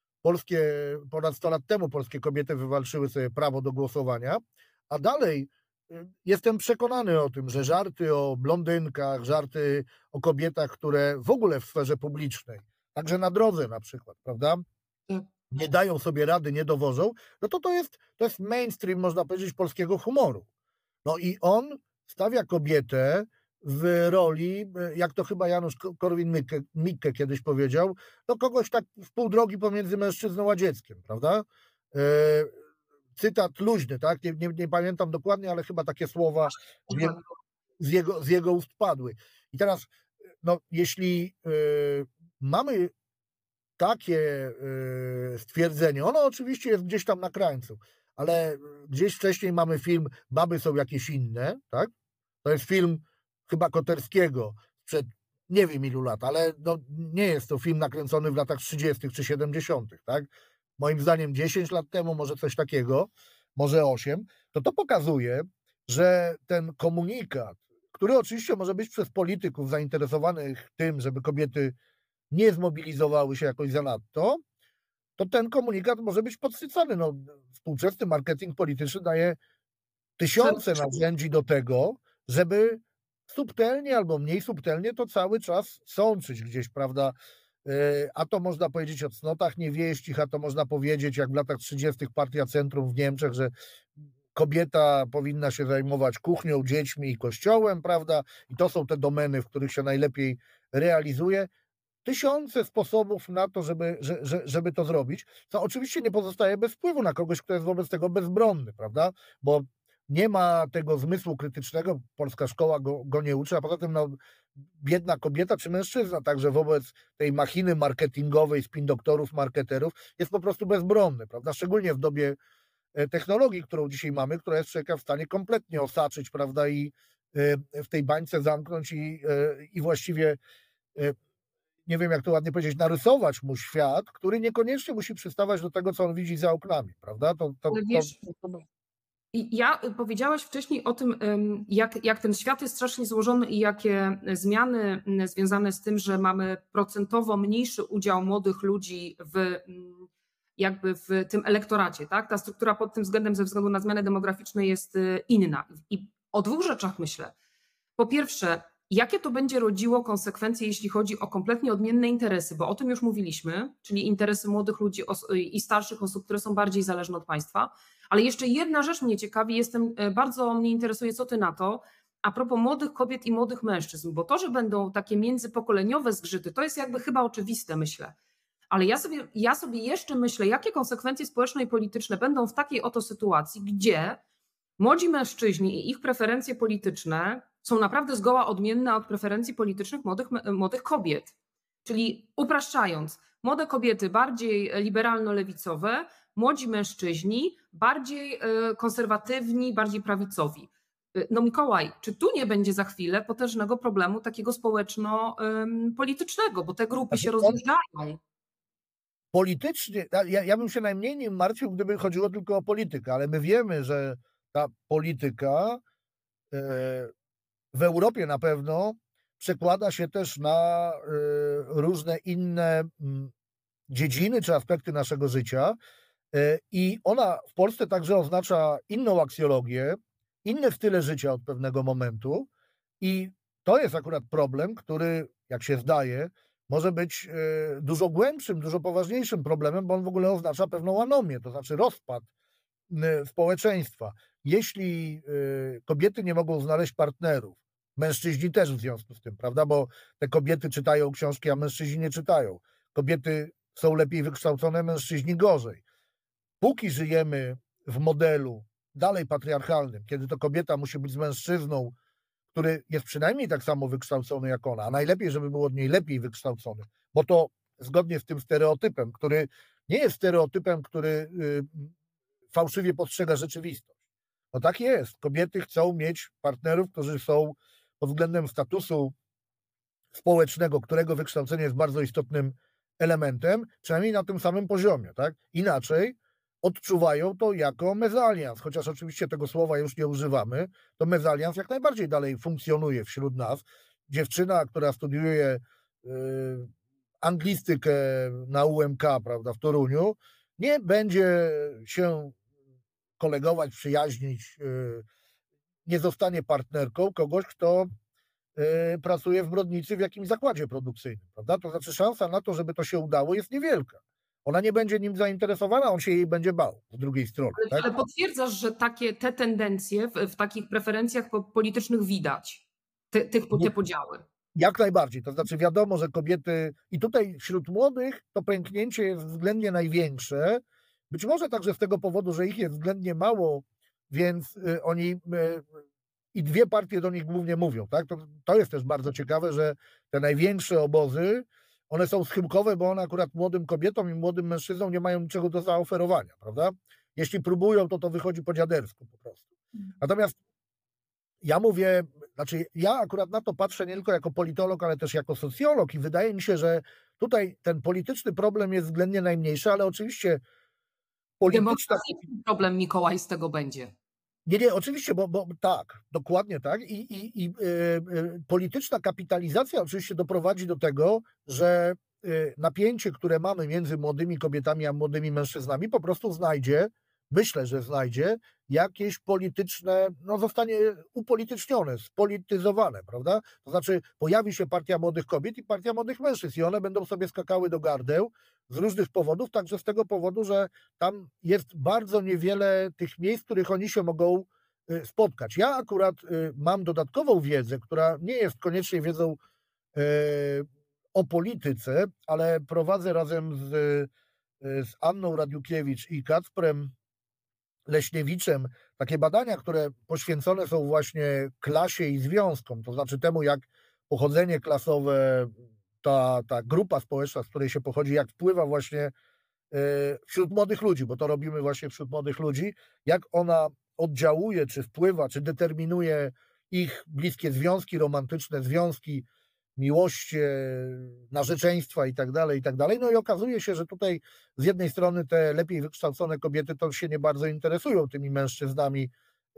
temu polskie kobiety wywalczyły sobie prawo do głosowania, a dalej jestem przekonany o tym, że żarty o blondynkach, żarty o kobietach, które w ogóle w sferze publicznej, także na drodze na przykład, prawda, nie dają sobie rady, nie dowożą, to jest mainstream, można powiedzieć, polskiego humoru. I on stawia kobietę w roli, jak to chyba Janusz Korwin-Mikke kiedyś powiedział, kogoś tak w pół drogi pomiędzy mężczyzną a dzieckiem, prawda? Cytat luźny, tak? Nie pamiętam dokładnie, ale chyba takie słowa z jego ust padły. I teraz, jeśli mamy takie stwierdzenie, ono oczywiście jest gdzieś tam na krańcu, ale gdzieś wcześniej mamy film Baby są jakieś inne, tak? To jest film chyba Koterskiego sprzed nie wiem ilu lat, ale no, nie jest to film nakręcony w latach 30. czy 70., tak? Moim zdaniem 10 lat temu, może coś takiego, może 8, to pokazuje, że ten komunikat, który oczywiście może być przez polityków zainteresowanych tym, żeby kobiety nie zmobilizowały się jakoś zanadto, to ten komunikat może być podsycany. No, współczesny marketing polityczny daje tysiące narzędzi do tego, żeby subtelnie albo mniej subtelnie to cały czas sączyć gdzieś, prawda? A to można powiedzieć o cnotach niewieścich, a to można powiedzieć, jak w latach 30. Partia Centrum w Niemczech, że kobieta powinna się zajmować kuchnią, dziećmi i kościołem, prawda? I to są te domeny, w których się najlepiej realizuje. Tysiące sposobów na to, żeby to zrobić, co oczywiście nie pozostaje bez wpływu na kogoś, kto jest wobec tego bezbronny, prawda? Bo nie ma tego zmysłu krytycznego, polska szkoła go nie uczy, a poza tym no, biedna kobieta czy mężczyzna także wobec tej machiny marketingowej, spin doktorów, marketerów jest po prostu bezbronny, prawda? Szczególnie w dobie technologii, którą dzisiaj mamy, która jest człowieka w stanie kompletnie osaczyć, prawda, i w tej bańce zamknąć i właściwie nie wiem, jak to ładnie powiedzieć, narysować mu świat, który niekoniecznie musi przystawać do tego, co on widzi za oknami, prawda? Wiesz, ja powiedziałaś wcześniej o tym, jak ten świat jest strasznie złożony i jakie zmiany związane z tym, że mamy procentowo mniejszy udział młodych ludzi jakby w tym elektoracie, tak? Ta struktura pod tym względem, ze względu na zmiany demograficzne jest inna. I o dwóch rzeczach myślę. Po pierwsze, jakie to będzie rodziło konsekwencje, jeśli chodzi o kompletnie odmienne interesy, bo o tym już mówiliśmy, czyli interesy młodych ludzi i starszych osób, które są bardziej zależne od państwa. Ale jeszcze jedna rzecz mnie ciekawi, bardzo mnie interesuje, co ty na to, a propos młodych kobiet i młodych mężczyzn, bo to, że będą takie międzypokoleniowe zgrzyty, to jest jakby chyba oczywiste, myślę. Ale ja sobie jeszcze myślę, jakie konsekwencje społeczne i polityczne będą w takiej oto sytuacji, gdzie młodzi mężczyźni i ich preferencje polityczne są naprawdę zgoła odmienne od preferencji politycznych młodych kobiet. Czyli upraszczając, młode kobiety bardziej liberalno-lewicowe, młodzi mężczyźni bardziej konserwatywni, bardziej prawicowi. No Mikołaj, czy tu nie będzie za chwilę potężnego problemu takiego społeczno-politycznego, bo te grupy się rozjeżdżają? Politycznie, ja bym się najmniej nim martwił, gdyby chodziło tylko o politykę, ale my wiemy, że ta polityka w Europie na pewno przekłada się też na różne inne dziedziny czy aspekty naszego życia i ona w Polsce także oznacza inną aksjologię, inne style życia od pewnego momentu i to jest akurat problem, który, jak się zdaje, może być dużo głębszym, dużo poważniejszym problemem, bo on w ogóle oznacza pewną anomię, to znaczy rozpad społeczeństwa. Jeśli kobiety nie mogą znaleźć partnerów, mężczyźni też w związku z tym, prawda, bo te kobiety czytają książki, a mężczyźni nie czytają. Kobiety są lepiej wykształcone, mężczyźni gorzej. Póki żyjemy w modelu dalej patriarchalnym, kiedy to kobieta musi być z mężczyzną, który jest przynajmniej tak samo wykształcony jak ona, a najlepiej, żeby był od niej lepiej wykształcony, bo to zgodnie z tym stereotypem, który nie jest stereotypem, który fałszywie postrzega rzeczywistość. No tak jest. Kobiety chcą mieć partnerów, którzy są pod względem statusu społecznego, którego wykształcenie jest bardzo istotnym elementem, przynajmniej na tym samym poziomie, tak? Inaczej odczuwają to jako mezalians, chociaż oczywiście tego słowa już nie używamy, to mezalians jak najbardziej dalej funkcjonuje wśród nas. Dziewczyna, która studiuje anglistykę na UMK, prawda, w Toruniu, nie będzie się kolegować, przyjaźnić, nie zostanie partnerką kogoś, kto pracuje w Brodnicy w jakimś zakładzie produkcyjnym, prawda? To znaczy szansa na to, żeby to się udało, jest niewielka. Ona nie będzie nim zainteresowana, on się jej będzie bał z drugiej strony. Ale tak? Potwierdzasz, że te tendencje w takich preferencjach politycznych widać, te podziały? Jak najbardziej, to znaczy wiadomo, że kobiety, i tutaj wśród młodych to pęknięcie jest względnie największe, być może także z tego powodu, że ich jest względnie mało, więc oni i dwie partie do nich głównie mówią, tak? To jest też bardzo ciekawe, że te największe obozy, one są schyłkowe, bo one akurat młodym kobietom i młodym mężczyznom nie mają niczego do zaoferowania, prawda? jeśli próbują, to wychodzi po dziadersku po prostu. Natomiast ja mówię, znaczy ja akurat na to patrzę nie tylko jako politolog, ale też jako socjolog i wydaje mi się, że tutaj ten polityczny problem jest względnie najmniejszy, ale oczywiście polityczna... Demograficzny problem, Mikołaj, z tego będzie. Nie, oczywiście, bo tak, dokładnie tak. Polityczna kapitalizacja oczywiście doprowadzi do tego, że napięcie, które mamy między młodymi kobietami a młodymi mężczyznami po prostu znajdzie, myślę, że znajdzie jakieś polityczne, no zostanie upolitycznione, spolityzowane, prawda? To znaczy pojawi się partia młodych kobiet i partia młodych mężczyzn i one będą sobie skakały do gardeł z różnych powodów, także z tego powodu, że tam jest bardzo niewiele tych miejsc, w których oni się mogą spotkać. Ja akurat mam dodatkową wiedzę, która nie jest koniecznie wiedzą o polityce, ale prowadzę razem z Anną Radiukiewicz i Kacprem Leśniewiczem takie badania, które poświęcone są właśnie klasie i związkom, to znaczy temu, jak pochodzenie klasowe, ta grupa społeczna, z której się pochodzi, jak wpływa właśnie wśród młodych ludzi, bo to robimy właśnie wśród młodych ludzi, jak ona oddziałuje, czy wpływa, czy determinuje ich bliskie związki romantyczne, związki, miłości, narzeczeństwa i tak dalej, i tak dalej. No i okazuje się, że tutaj z jednej strony te lepiej wykształcone kobiety to się nie bardzo interesują tymi mężczyznami,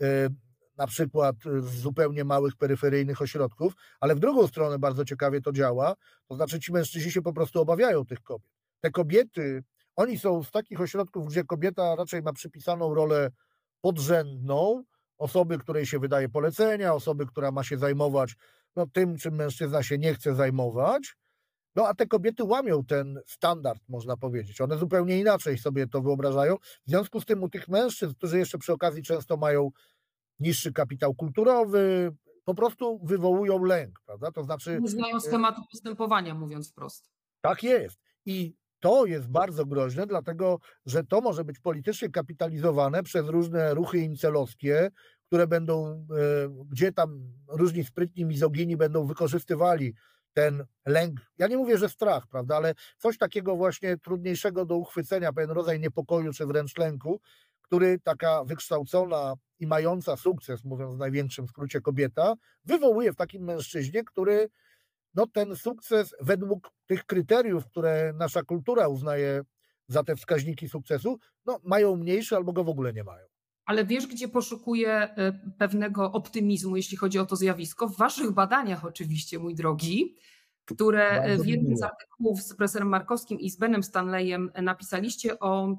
na przykład z zupełnie małych, peryferyjnych ośrodków, ale w drugą stronę bardzo ciekawie to działa, to znaczy ci mężczyźni się po prostu obawiają tych kobiet. Te kobiety, oni są z takich ośrodków, gdzie kobieta raczej ma przypisaną rolę podrzędną, osoby, której się wydaje polecenia, osoby, która ma się zajmować tym, czym mężczyzna się nie chce zajmować, no a te kobiety łamią ten standard, można powiedzieć. One zupełnie inaczej sobie to wyobrażają. W związku z tym u tych mężczyzn, którzy jeszcze przy okazji często mają niższy kapitał kulturowy, po prostu wywołują lęk, prawda? To znaczy... Nie znają schematu postępowania, mówiąc wprost. Tak jest. I to jest bardzo groźne, dlatego że to może być politycznie kapitalizowane przez różne ruchy incelowskie, które będą, gdzie tam różni sprytni mizogini będą wykorzystywali ten lęk, ja nie mówię, że strach, prawda, ale coś takiego właśnie trudniejszego do uchwycenia, pewien rodzaj niepokoju czy wręcz lęku, który taka wykształcona i mająca sukces, mówiąc w największym skrócie kobieta, wywołuje w takim mężczyźnie, który ten sukces według tych kryteriów, które nasza kultura uznaje za te wskaźniki sukcesu, mają mniejszy albo go w ogóle nie mają. Ale wiesz, gdzie poszukuję pewnego optymizmu, jeśli chodzi o to zjawisko? W waszych badaniach oczywiście, mój drogi, które w jednym z artykułów z profesorem Markowskim i z Benem Stanleyem napisaliście o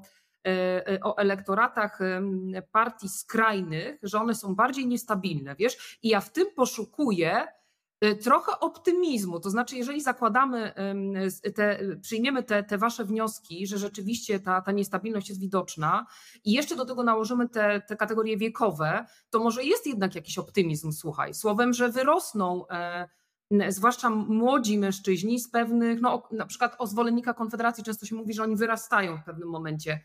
elektoratach partii skrajnych, że one są bardziej niestabilne, wiesz? I ja w tym poszukuję trochę optymizmu, to znaczy jeżeli zakładamy, przyjmiemy te wasze wnioski, że rzeczywiście ta niestabilność jest widoczna i jeszcze do tego nałożymy te kategorie wiekowe, to może jest jednak jakiś optymizm, słuchaj, słowem, że wyrosną zwłaszcza młodzi mężczyźni z pewnych, na przykład o zwolennika Konfederacji często się mówi, że oni wyrastają w pewnym momencie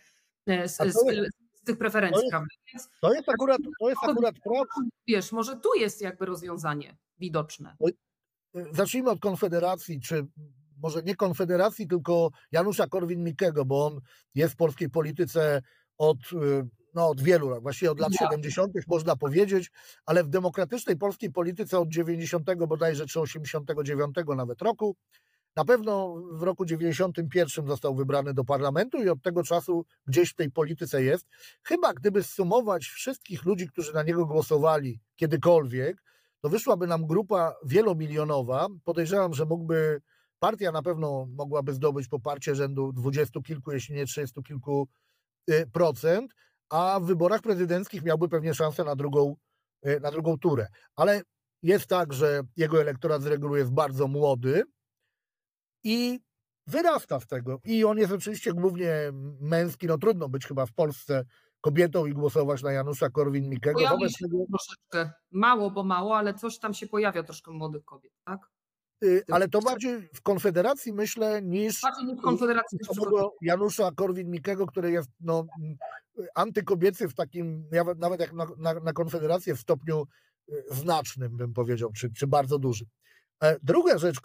z tych preferencji, prawda? To jest akurat prawda. Wiesz, może tu jest jakby rozwiązanie widoczne. Zacznijmy od Konfederacji, czy może nie Konfederacji, tylko Janusza Korwin-Mikkego, bo on jest w polskiej polityce od wielu lat, właściwie od lat 70. można powiedzieć, ale w demokratycznej polskiej polityce od 90 bodajże czy 89 nawet roku. Na pewno w roku 91 został wybrany do parlamentu i od tego czasu gdzieś w tej polityce jest. Chyba gdyby zsumować wszystkich ludzi, którzy na niego głosowali kiedykolwiek, to wyszłaby nam grupa wielomilionowa. Podejrzewam, że partia na pewno mogłaby zdobyć poparcie rzędu 20 kilku, jeśli nie 30 kilku procent, a w wyborach prezydenckich miałby pewnie szansę na drugą turę. Ale jest tak, że jego elektorat z reguły jest bardzo młody i wyrasta z tego. I on jest oczywiście głównie męski, trudno być chyba w Polsce kobietą i głosować na Janusza Korwin-Mikkego. Troszeczkę, mało, ale coś tam się pojawia troszkę młodych kobiet, tak? Ale to bardziej w Konfederacji, myślę, niż w Konfederacji Janusza Korwin-Mikkego, który jest antykobiecy w takim, nawet jak na Konfederację, w stopniu znacznym, bym powiedział, czy bardzo dużym. Druga rzecz,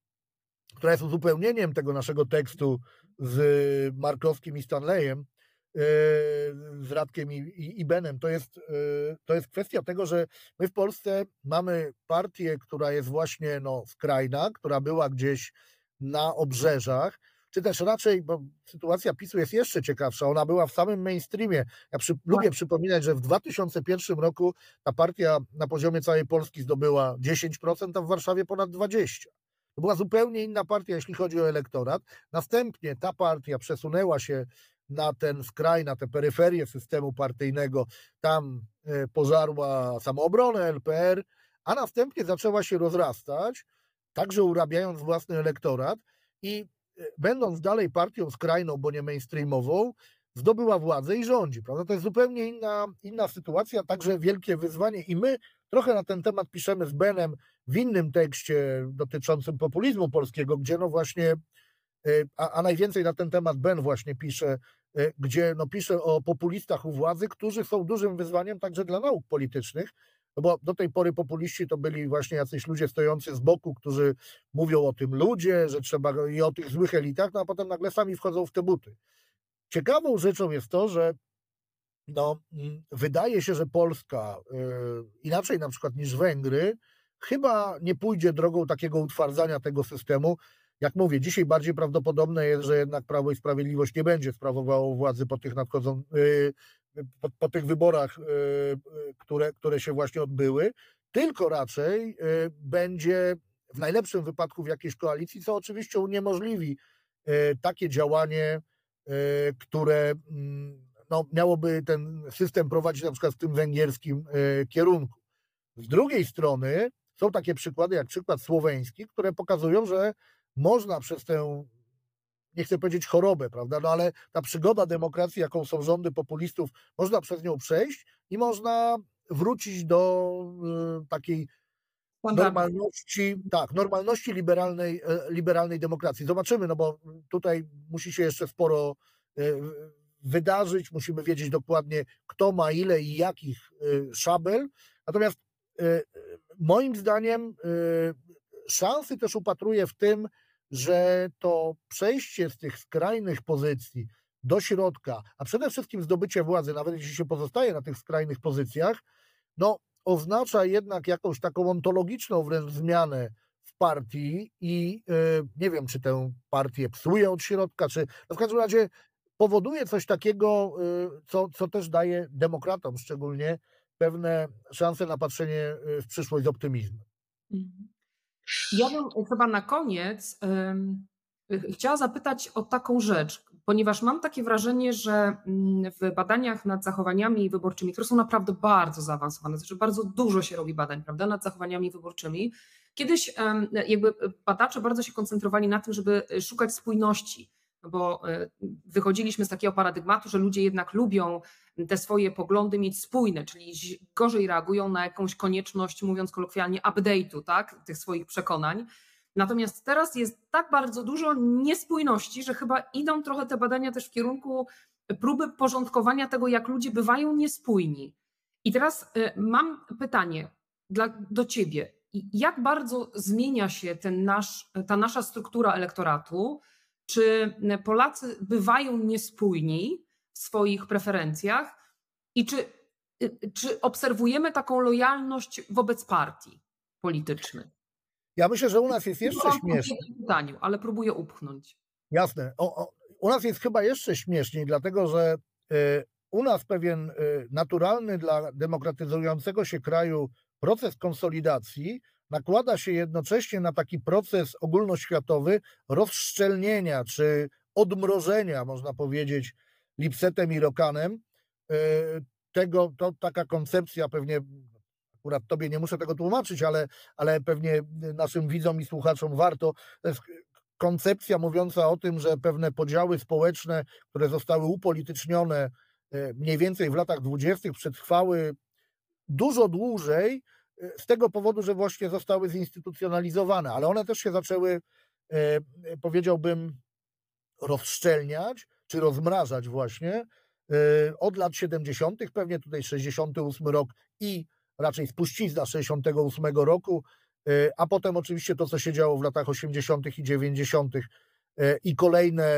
która jest uzupełnieniem tego naszego tekstu z Markowskim i Stanleyem, z Radkiem i Benem. To jest kwestia tego, że my w Polsce mamy partię, która jest właśnie skrajna, która była gdzieś na obrzeżach, czy też raczej, bo sytuacja PiS-u jest jeszcze ciekawsza, ona była w samym mainstreamie. Ja lubię przypominać, że w 2001 roku ta partia na poziomie całej Polski zdobyła 10%, a w Warszawie ponad 20%. To była zupełnie inna partia, jeśli chodzi o elektorat. Następnie ta partia przesunęła się na ten skraj, na te peryferie systemu partyjnego, tam pożarła Samoobronę, LPR, a następnie zaczęła się rozrastać, także urabiając własny elektorat i będąc dalej partią skrajną, bo nie mainstreamową, zdobyła władzę i rządzi, prawda? To jest zupełnie inna sytuacja, także wielkie wyzwanie i my trochę na ten temat piszemy z Benem w innym tekście dotyczącym populizmu polskiego, gdzie właśnie, a najwięcej na ten temat Ben właśnie pisze, gdzie pisze o populistach u władzy, którzy są dużym wyzwaniem także dla nauk politycznych, no bo do tej pory populiści to byli właśnie jacyś ludzie stojący z boku, którzy mówią o tym ludzie, że trzeba i o tych złych elitach, a potem nagle sami wchodzą w te buty. Ciekawą rzeczą jest to, że wydaje się, że Polska, inaczej na przykład niż Węgry, chyba nie pójdzie drogą takiego utwardzania tego systemu. Jak mówię, dzisiaj bardziej prawdopodobne jest, że jednak Prawo i Sprawiedliwość nie będzie sprawowało władzy po tych wyborach, które się właśnie odbyły, tylko raczej będzie w najlepszym wypadku w jakiejś koalicji, co oczywiście uniemożliwi takie działanie, które miałoby ten system prowadzić na przykład w tym węgierskim kierunku. Z drugiej strony są takie przykłady, jak przykład słoweński, które pokazują, że można przez tę, nie chcę powiedzieć chorobę, prawda, ale ta przygoda demokracji, jaką są rządy populistów, można przez nią przejść i można wrócić do takiej normalności liberalnej demokracji. Zobaczymy, bo tutaj musi się jeszcze sporo wydarzyć, musimy wiedzieć dokładnie, kto ma ile i jakich szabel. Natomiast moim zdaniem szansy też upatruję w tym, że to przejście z tych skrajnych pozycji do środka, a przede wszystkim zdobycie władzy, nawet jeśli się pozostaje na tych skrajnych pozycjach, oznacza jednak jakąś taką ontologiczną wręcz zmianę w partii i nie wiem, czy tę partię psuje od środka, czy w każdym razie powoduje coś takiego, co też daje demokratom szczególnie pewne szanse na patrzenie w przyszłość z optymizmem. Ja bym chyba na koniec chciała zapytać o taką rzecz, ponieważ mam takie wrażenie, że w badaniach nad zachowaniami wyborczymi, które są naprawdę bardzo zaawansowane, znaczy bardzo dużo się robi badań, prawda, nad zachowaniami wyborczymi. Kiedyś jakby badacze bardzo się koncentrowali na tym, żeby szukać spójności, bo wychodziliśmy z takiego paradygmatu, że ludzie jednak lubią te swoje poglądy mieć spójne, czyli gorzej reagują na jakąś konieczność, mówiąc kolokwialnie, update'u, tak, tych swoich przekonań. Natomiast teraz jest tak bardzo dużo niespójności, że chyba idą trochę te badania też w kierunku próby porządkowania tego, jak ludzie bywają niespójni. I teraz mam pytanie do ciebie. Jak bardzo zmienia się ta nasza struktura elektoratu? Czy Polacy bywają niespójni w swoich preferencjach i czy obserwujemy taką lojalność wobec partii politycznych? Ja myślę, że u nas jest jeszcze śmieszniej. Pytaniu, ale próbuję upchnąć. Jasne. U nas jest chyba jeszcze śmieszniej, dlatego że u nas pewien naturalny dla demokratyzującego się kraju proces konsolidacji nakłada się jednocześnie na taki proces ogólnoświatowy rozszczelnienia czy odmrożenia, można powiedzieć, Lipsetem i Rokanem. Taka koncepcja pewnie, akurat tobie nie muszę tego tłumaczyć, ale pewnie naszym widzom i słuchaczom warto. To jest koncepcja mówiąca o tym, że pewne podziały społeczne, które zostały upolitycznione mniej więcej w latach 20., przetrwały dużo dłużej z tego powodu, że właśnie zostały zinstytucjonalizowane, ale one też się zaczęły, powiedziałbym, rozszczelniać czy rozmrażać właśnie od lat 70., pewnie tutaj 68 rok i raczej spuścizna 68 roku, a potem oczywiście to, co się działo w latach 80. i 90. I kolejne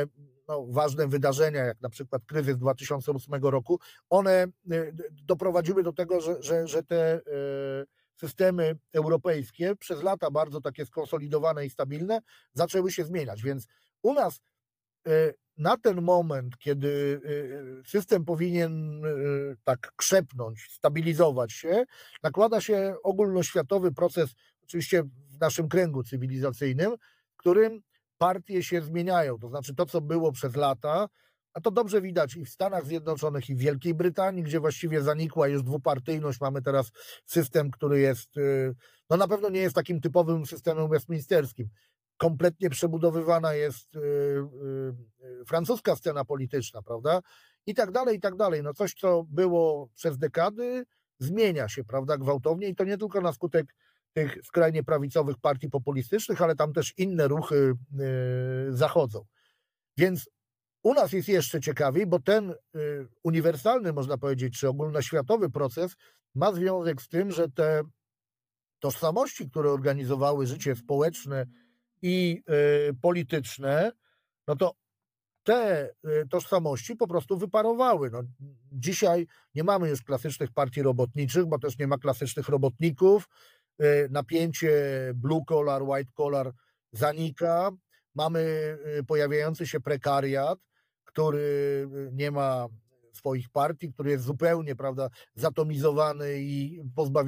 no, ważne wydarzenia, jak na przykład kryzys 2008 roku, one doprowadziły do tego, że te systemy europejskie przez lata bardzo takie skonsolidowane i stabilne zaczęły się zmieniać, więc u nas na ten moment, kiedy system powinien tak krzepnąć, stabilizować się, nakłada się ogólnoświatowy proces, oczywiście w naszym kręgu cywilizacyjnym, w którym partie się zmieniają, to znaczy to, co było przez lata, a to dobrze widać i w Stanach Zjednoczonych, i w Wielkiej Brytanii, gdzie właściwie zanikła już dwupartyjność, mamy teraz system, który jest, no na pewno nie jest takim typowym systemem westminsterskim. Kompletnie przebudowywana jest francuska scena polityczna, prawda? I tak dalej, i tak dalej. No coś, co było przez dekady, zmienia się, prawda, gwałtownie i to nie tylko na skutek tych skrajnie prawicowych partii populistycznych, ale tam też inne ruchy zachodzą. Więc u nas jest jeszcze ciekawiej, bo ten uniwersalny, można powiedzieć, czy ogólnoświatowy proces ma związek z tym, że te tożsamości, które organizowały życie społeczne i polityczne, no to te tożsamości po prostu wyparowały. No, dzisiaj nie mamy już klasycznych partii robotniczych, bo też nie ma klasycznych robotników. Napięcie blue collar, white collar zanika. Mamy pojawiający się prekariat, który nie ma swoich partii, który jest zupełnie, prawda, zatomizowany i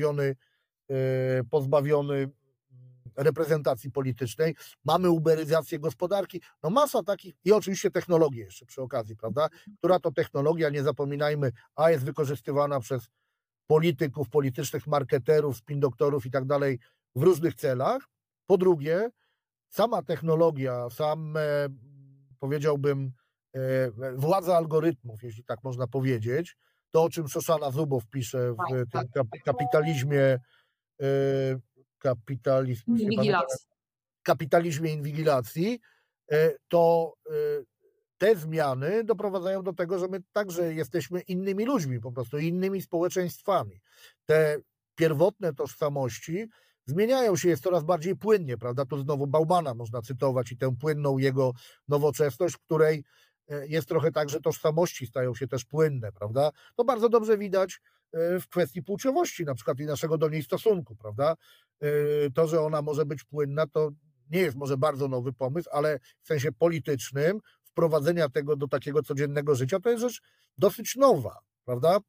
pozbawiony reprezentacji politycznej, mamy uberyzację gospodarki, no masa takich i oczywiście technologię jeszcze przy okazji, prawda, która to technologia, nie zapominajmy, a jest wykorzystywana przez polityków, politycznych marketerów, spin doktorów i tak dalej w różnych celach. Po drugie, sama technologia, powiedziałbym, władza algorytmów, jeśli tak można powiedzieć, to o czym Szoszana Zubow pisze w tym kapitalizmie inwigilacji, to te zmiany doprowadzają do tego, że my także jesteśmy innymi ludźmi, po prostu innymi społeczeństwami. Te pierwotne tożsamości zmieniają się, jest coraz bardziej płynnie, prawda? Tu znowu Baumana można cytować i tę płynną jego nowoczesność, w której jest trochę tak, że tożsamości stają się też płynne, prawda? To bardzo dobrze widać w kwestii płciowości, na przykład i naszego do niej stosunku, prawda? To, że ona może być płynna, to nie jest może bardzo nowy pomysł, ale w sensie politycznym wprowadzenia tego do takiego codziennego życia, to jest rzecz dosyć nowa, prawda?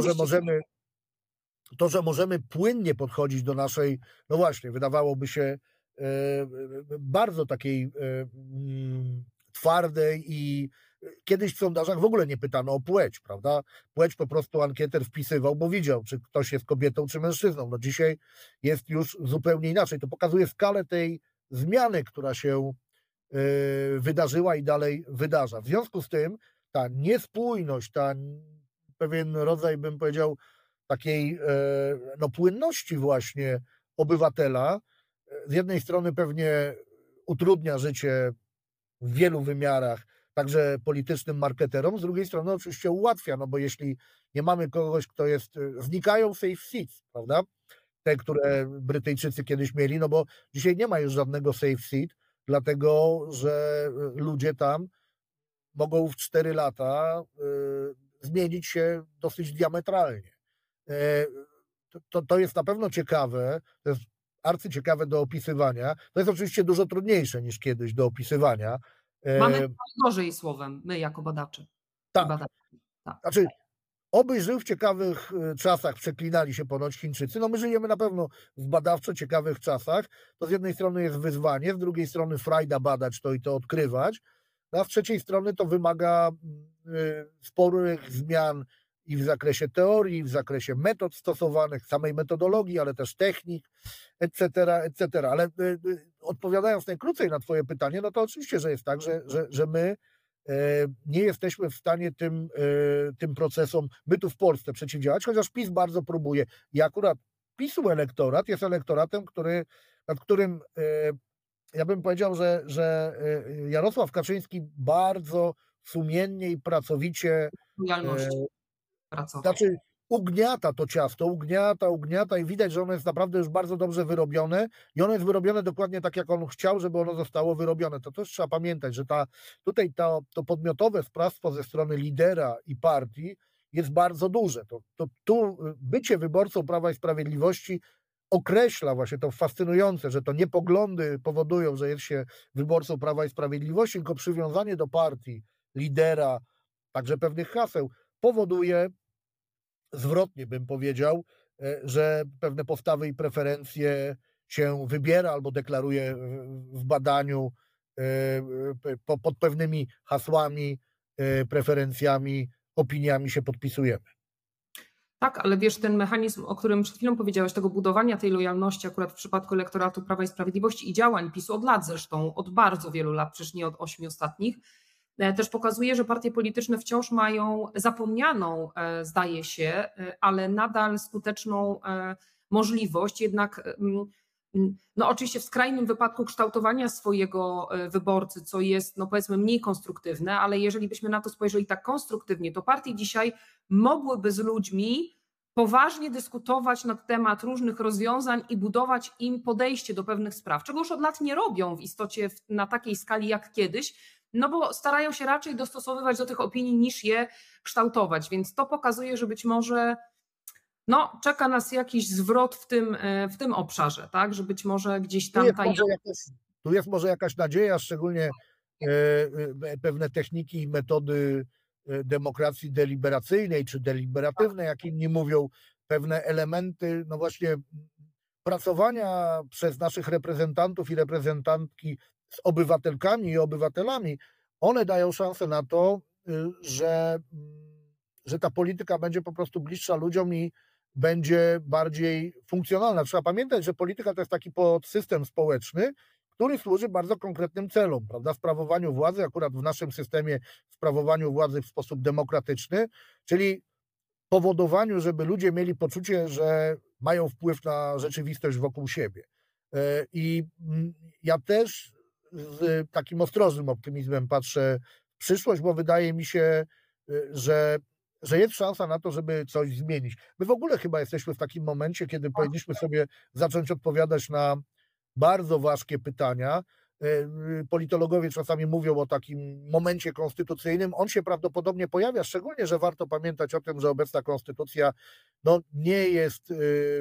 To, że możemy płynnie podchodzić do naszej, no właśnie, wydawałoby się bardzo takiej twardej i kiedyś w sondażach w ogóle nie pytano o płeć, prawda? Płeć po prostu ankieter wpisywał, bo widział, czy ktoś jest kobietą, czy mężczyzną. No dzisiaj jest już zupełnie inaczej. To pokazuje skalę tej zmiany, która się wydarzyła i dalej wydarza. W związku z tym ta niespójność, pewien rodzaj, bym powiedział, takiej no, płynności właśnie obywatela, z jednej strony pewnie utrudnia życie w wielu wymiarach, także politycznym marketerom, z drugiej strony oczywiście ułatwia, no bo jeśli nie mamy kogoś, kto jest, znikają safe seats, prawda, te, które Brytyjczycy kiedyś mieli, no bo dzisiaj nie ma już żadnego safe seat, dlatego, że ludzie tam mogą w 4 lata zmienić się dosyć diametralnie. To jest na pewno ciekawe, to jest arcyciekawe do opisywania. To jest oczywiście dużo trudniejsze niż kiedyś do opisywania. Mamy gorzej słowem, my jako badacze. Tak. Znaczy, oby żył w ciekawych czasach, przeklinali się ponoć Chińczycy. No my żyjemy na pewno w badawczo ciekawych czasach. To z jednej strony jest wyzwanie, z drugiej strony frajda badać to i to odkrywać, a z trzeciej strony to wymaga sporych zmian i w zakresie teorii, w zakresie metod stosowanych, samej metodologii, ale też technik, etc., etc. Ale odpowiadając najkrócej na twoje pytanie, no to oczywiście, że jest tak, że my nie jesteśmy w stanie tym procesom, my tu w Polsce przeciwdziałać, chociaż PiS bardzo próbuje. I akurat PiS-u elektorat jest elektoratem, nad którym ja bym powiedział, że Jarosław Kaczyński bardzo sumiennie i pracowicie pracował. Znaczy, ugniata to ciasto, ugniata i widać, że ono jest naprawdę już bardzo dobrze wyrobione i ono jest wyrobione dokładnie tak, jak on chciał, żeby ono zostało wyrobione. To też trzeba pamiętać, że tutaj to podmiotowe sprawstwo ze strony lidera i partii jest bardzo duże. Tu bycie wyborcą Prawa i Sprawiedliwości określa właśnie to fascynujące, że to nie poglądy powodują, że jest się wyborcą Prawa i Sprawiedliwości, tylko przywiązanie do partii, lidera, także pewnych haseł powoduje, zwrotnie bym powiedział, że pewne postawy i preferencje się wybiera albo deklaruje w badaniu pod pewnymi hasłami, preferencjami, opiniami się podpisujemy. Tak, ale wiesz, ten mechanizm, o którym przed chwilą powiedziałeś, tego budowania tej lojalności akurat w przypadku elektoratu Prawa i Sprawiedliwości i działań PiS-u od lat zresztą, od bardzo wielu lat, przecież nie od 8 ostatnich, też pokazuje, że partie polityczne wciąż mają zapomnianą, zdaje się, ale nadal skuteczną możliwość jednak, no oczywiście w skrajnym wypadku kształtowania swojego wyborcy, co jest no powiedzmy mniej konstruktywne, ale jeżeli byśmy na to spojrzeli tak konstruktywnie, to partie dzisiaj mogłyby z ludźmi poważnie dyskutować na temat różnych rozwiązań i budować im podejście do pewnych spraw, czego już od lat nie robią w istocie na takiej skali jak kiedyś, no bo starają się raczej dostosowywać do tych opinii niż je kształtować, więc to pokazuje, że być może no, czeka nas jakiś zwrot w tym obszarze, tak? Że być może gdzieś tam tu jest może jakaś nadzieja, szczególnie pewne techniki i metody demokracji deliberacyjnej czy deliberatywnej, jak inni mówią, pewne elementy, no właśnie pracowania przez naszych reprezentantów i reprezentantki z obywatelkami i obywatelami, one dają szansę na to, że ta polityka będzie po prostu bliższa ludziom i będzie bardziej funkcjonalna. Trzeba pamiętać, że polityka to jest taki podsystem społeczny, który służy bardzo konkretnym celom, prawda? Sprawowaniu władzy, akurat w naszym systemie sprawowaniu władzy w sposób demokratyczny, czyli powodowaniu, żeby ludzie mieli poczucie, że mają wpływ na rzeczywistość wokół siebie. I ja też z takim ostrożnym optymizmem patrzę w przyszłość, bo wydaje mi się, że jest szansa na to, żeby coś zmienić. My w ogóle chyba jesteśmy w takim momencie, kiedy powinniśmy sobie zacząć odpowiadać na bardzo ważkie pytania. Politologowie czasami mówią o takim momencie konstytucyjnym. On się prawdopodobnie pojawia, szczególnie, że warto pamiętać o tym, że obecna konstytucja no, nie jest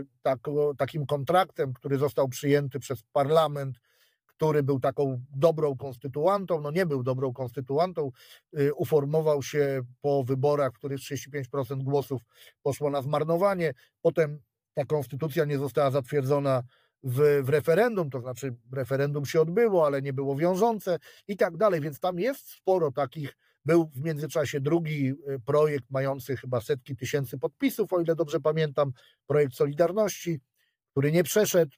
takim kontraktem, który został przyjęty przez parlament, który był taką dobrą konstytuantą, no nie był dobrą konstytuantą, uformował się po wyborach, w których 35% głosów poszło na zmarnowanie, potem ta konstytucja nie została zatwierdzona w referendum, to znaczy referendum się odbyło, ale nie było wiążące i tak dalej, więc tam jest sporo takich, był w międzyczasie drugi projekt mający chyba setki tysięcy podpisów, o ile dobrze pamiętam, projekt Solidarności, który nie przeszedł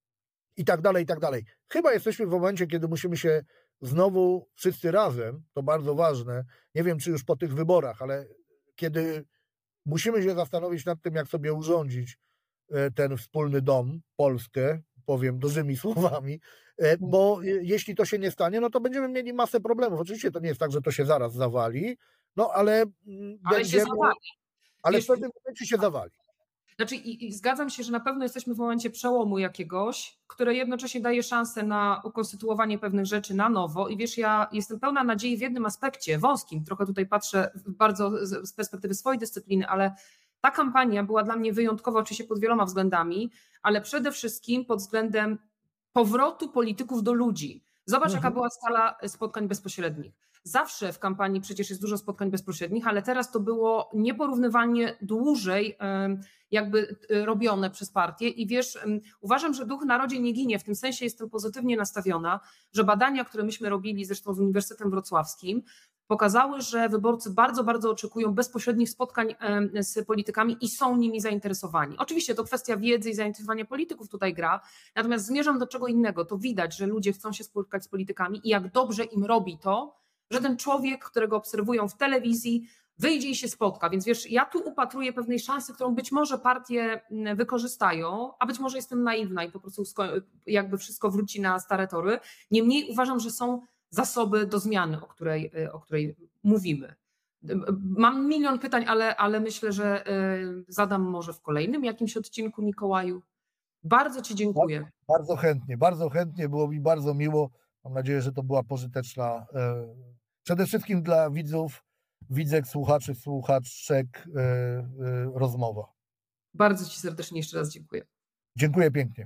i tak dalej, i tak dalej. Chyba jesteśmy w momencie, kiedy musimy się znowu wszyscy razem, to bardzo ważne, nie wiem czy już po tych wyborach, ale kiedy musimy się zastanowić nad tym, jak sobie urządzić ten wspólny dom, Polskę, powiem dużymi słowami, bo jeśli to się nie stanie, no to będziemy mieli masę problemów. Oczywiście to nie jest tak, że to się zaraz zawali, no ale się zawali. Ale w pewnym momencie się zawali. Znaczy i zgadzam się, że na pewno jesteśmy w momencie przełomu jakiegoś, które jednocześnie daje szansę na ukonstytuowanie pewnych rzeczy na nowo i wiesz, ja jestem pełna nadziei w jednym aspekcie, wąskim, trochę tutaj patrzę bardzo z perspektywy swojej dyscypliny, ale ta kampania była dla mnie wyjątkowa oczywiście pod wieloma względami, ale przede wszystkim pod względem powrotu polityków do ludzi. Zobacz, jaka była skala spotkań bezpośrednich. Zawsze w kampanii przecież jest dużo spotkań bezpośrednich, ale teraz to było nieporównywalnie dłużej jakby robione przez partię i wiesz, uważam, że duch narodzie nie ginie, w tym sensie jestem pozytywnie nastawiona, że badania, które myśmy robili zresztą z Uniwersytetem Wrocławskim, pokazały, że wyborcy bardzo, bardzo oczekują bezpośrednich spotkań z politykami i są nimi zainteresowani. Oczywiście to kwestia wiedzy i zainteresowania polityków tutaj gra, natomiast zmierzam do czego innego. To widać, że ludzie chcą się spotkać z politykami i jak dobrze im robi to, że ten człowiek, którego obserwują w telewizji, wyjdzie i się spotka. Więc wiesz, ja tu upatruję pewnej szansy, którą być może partie wykorzystają, a być może jestem naiwna i po prostu jakby wszystko wróci na stare tory. Niemniej uważam, że są zasoby do zmiany, o której mówimy. Mam milion pytań, ale myślę, że zadam może w kolejnym jakimś odcinku, Mikołaju. Bardzo Ci dziękuję. Bardzo chętnie, było mi bardzo miło. Mam nadzieję, że to była pożyteczna, przede wszystkim dla widzów, widzek, słuchaczy, słuchaczek rozmowa. Bardzo Ci serdecznie jeszcze raz dziękuję. Dziękuję pięknie.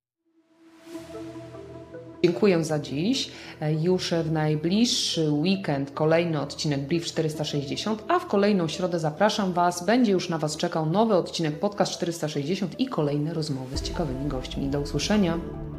Dziękuję za dziś. Już w najbliższy weekend kolejny odcinek Brief 460, a w kolejną środę zapraszam Was. Będzie już na Was czekał nowy odcinek Podcast 460 i kolejne rozmowy z ciekawymi gośćmi. Do usłyszenia.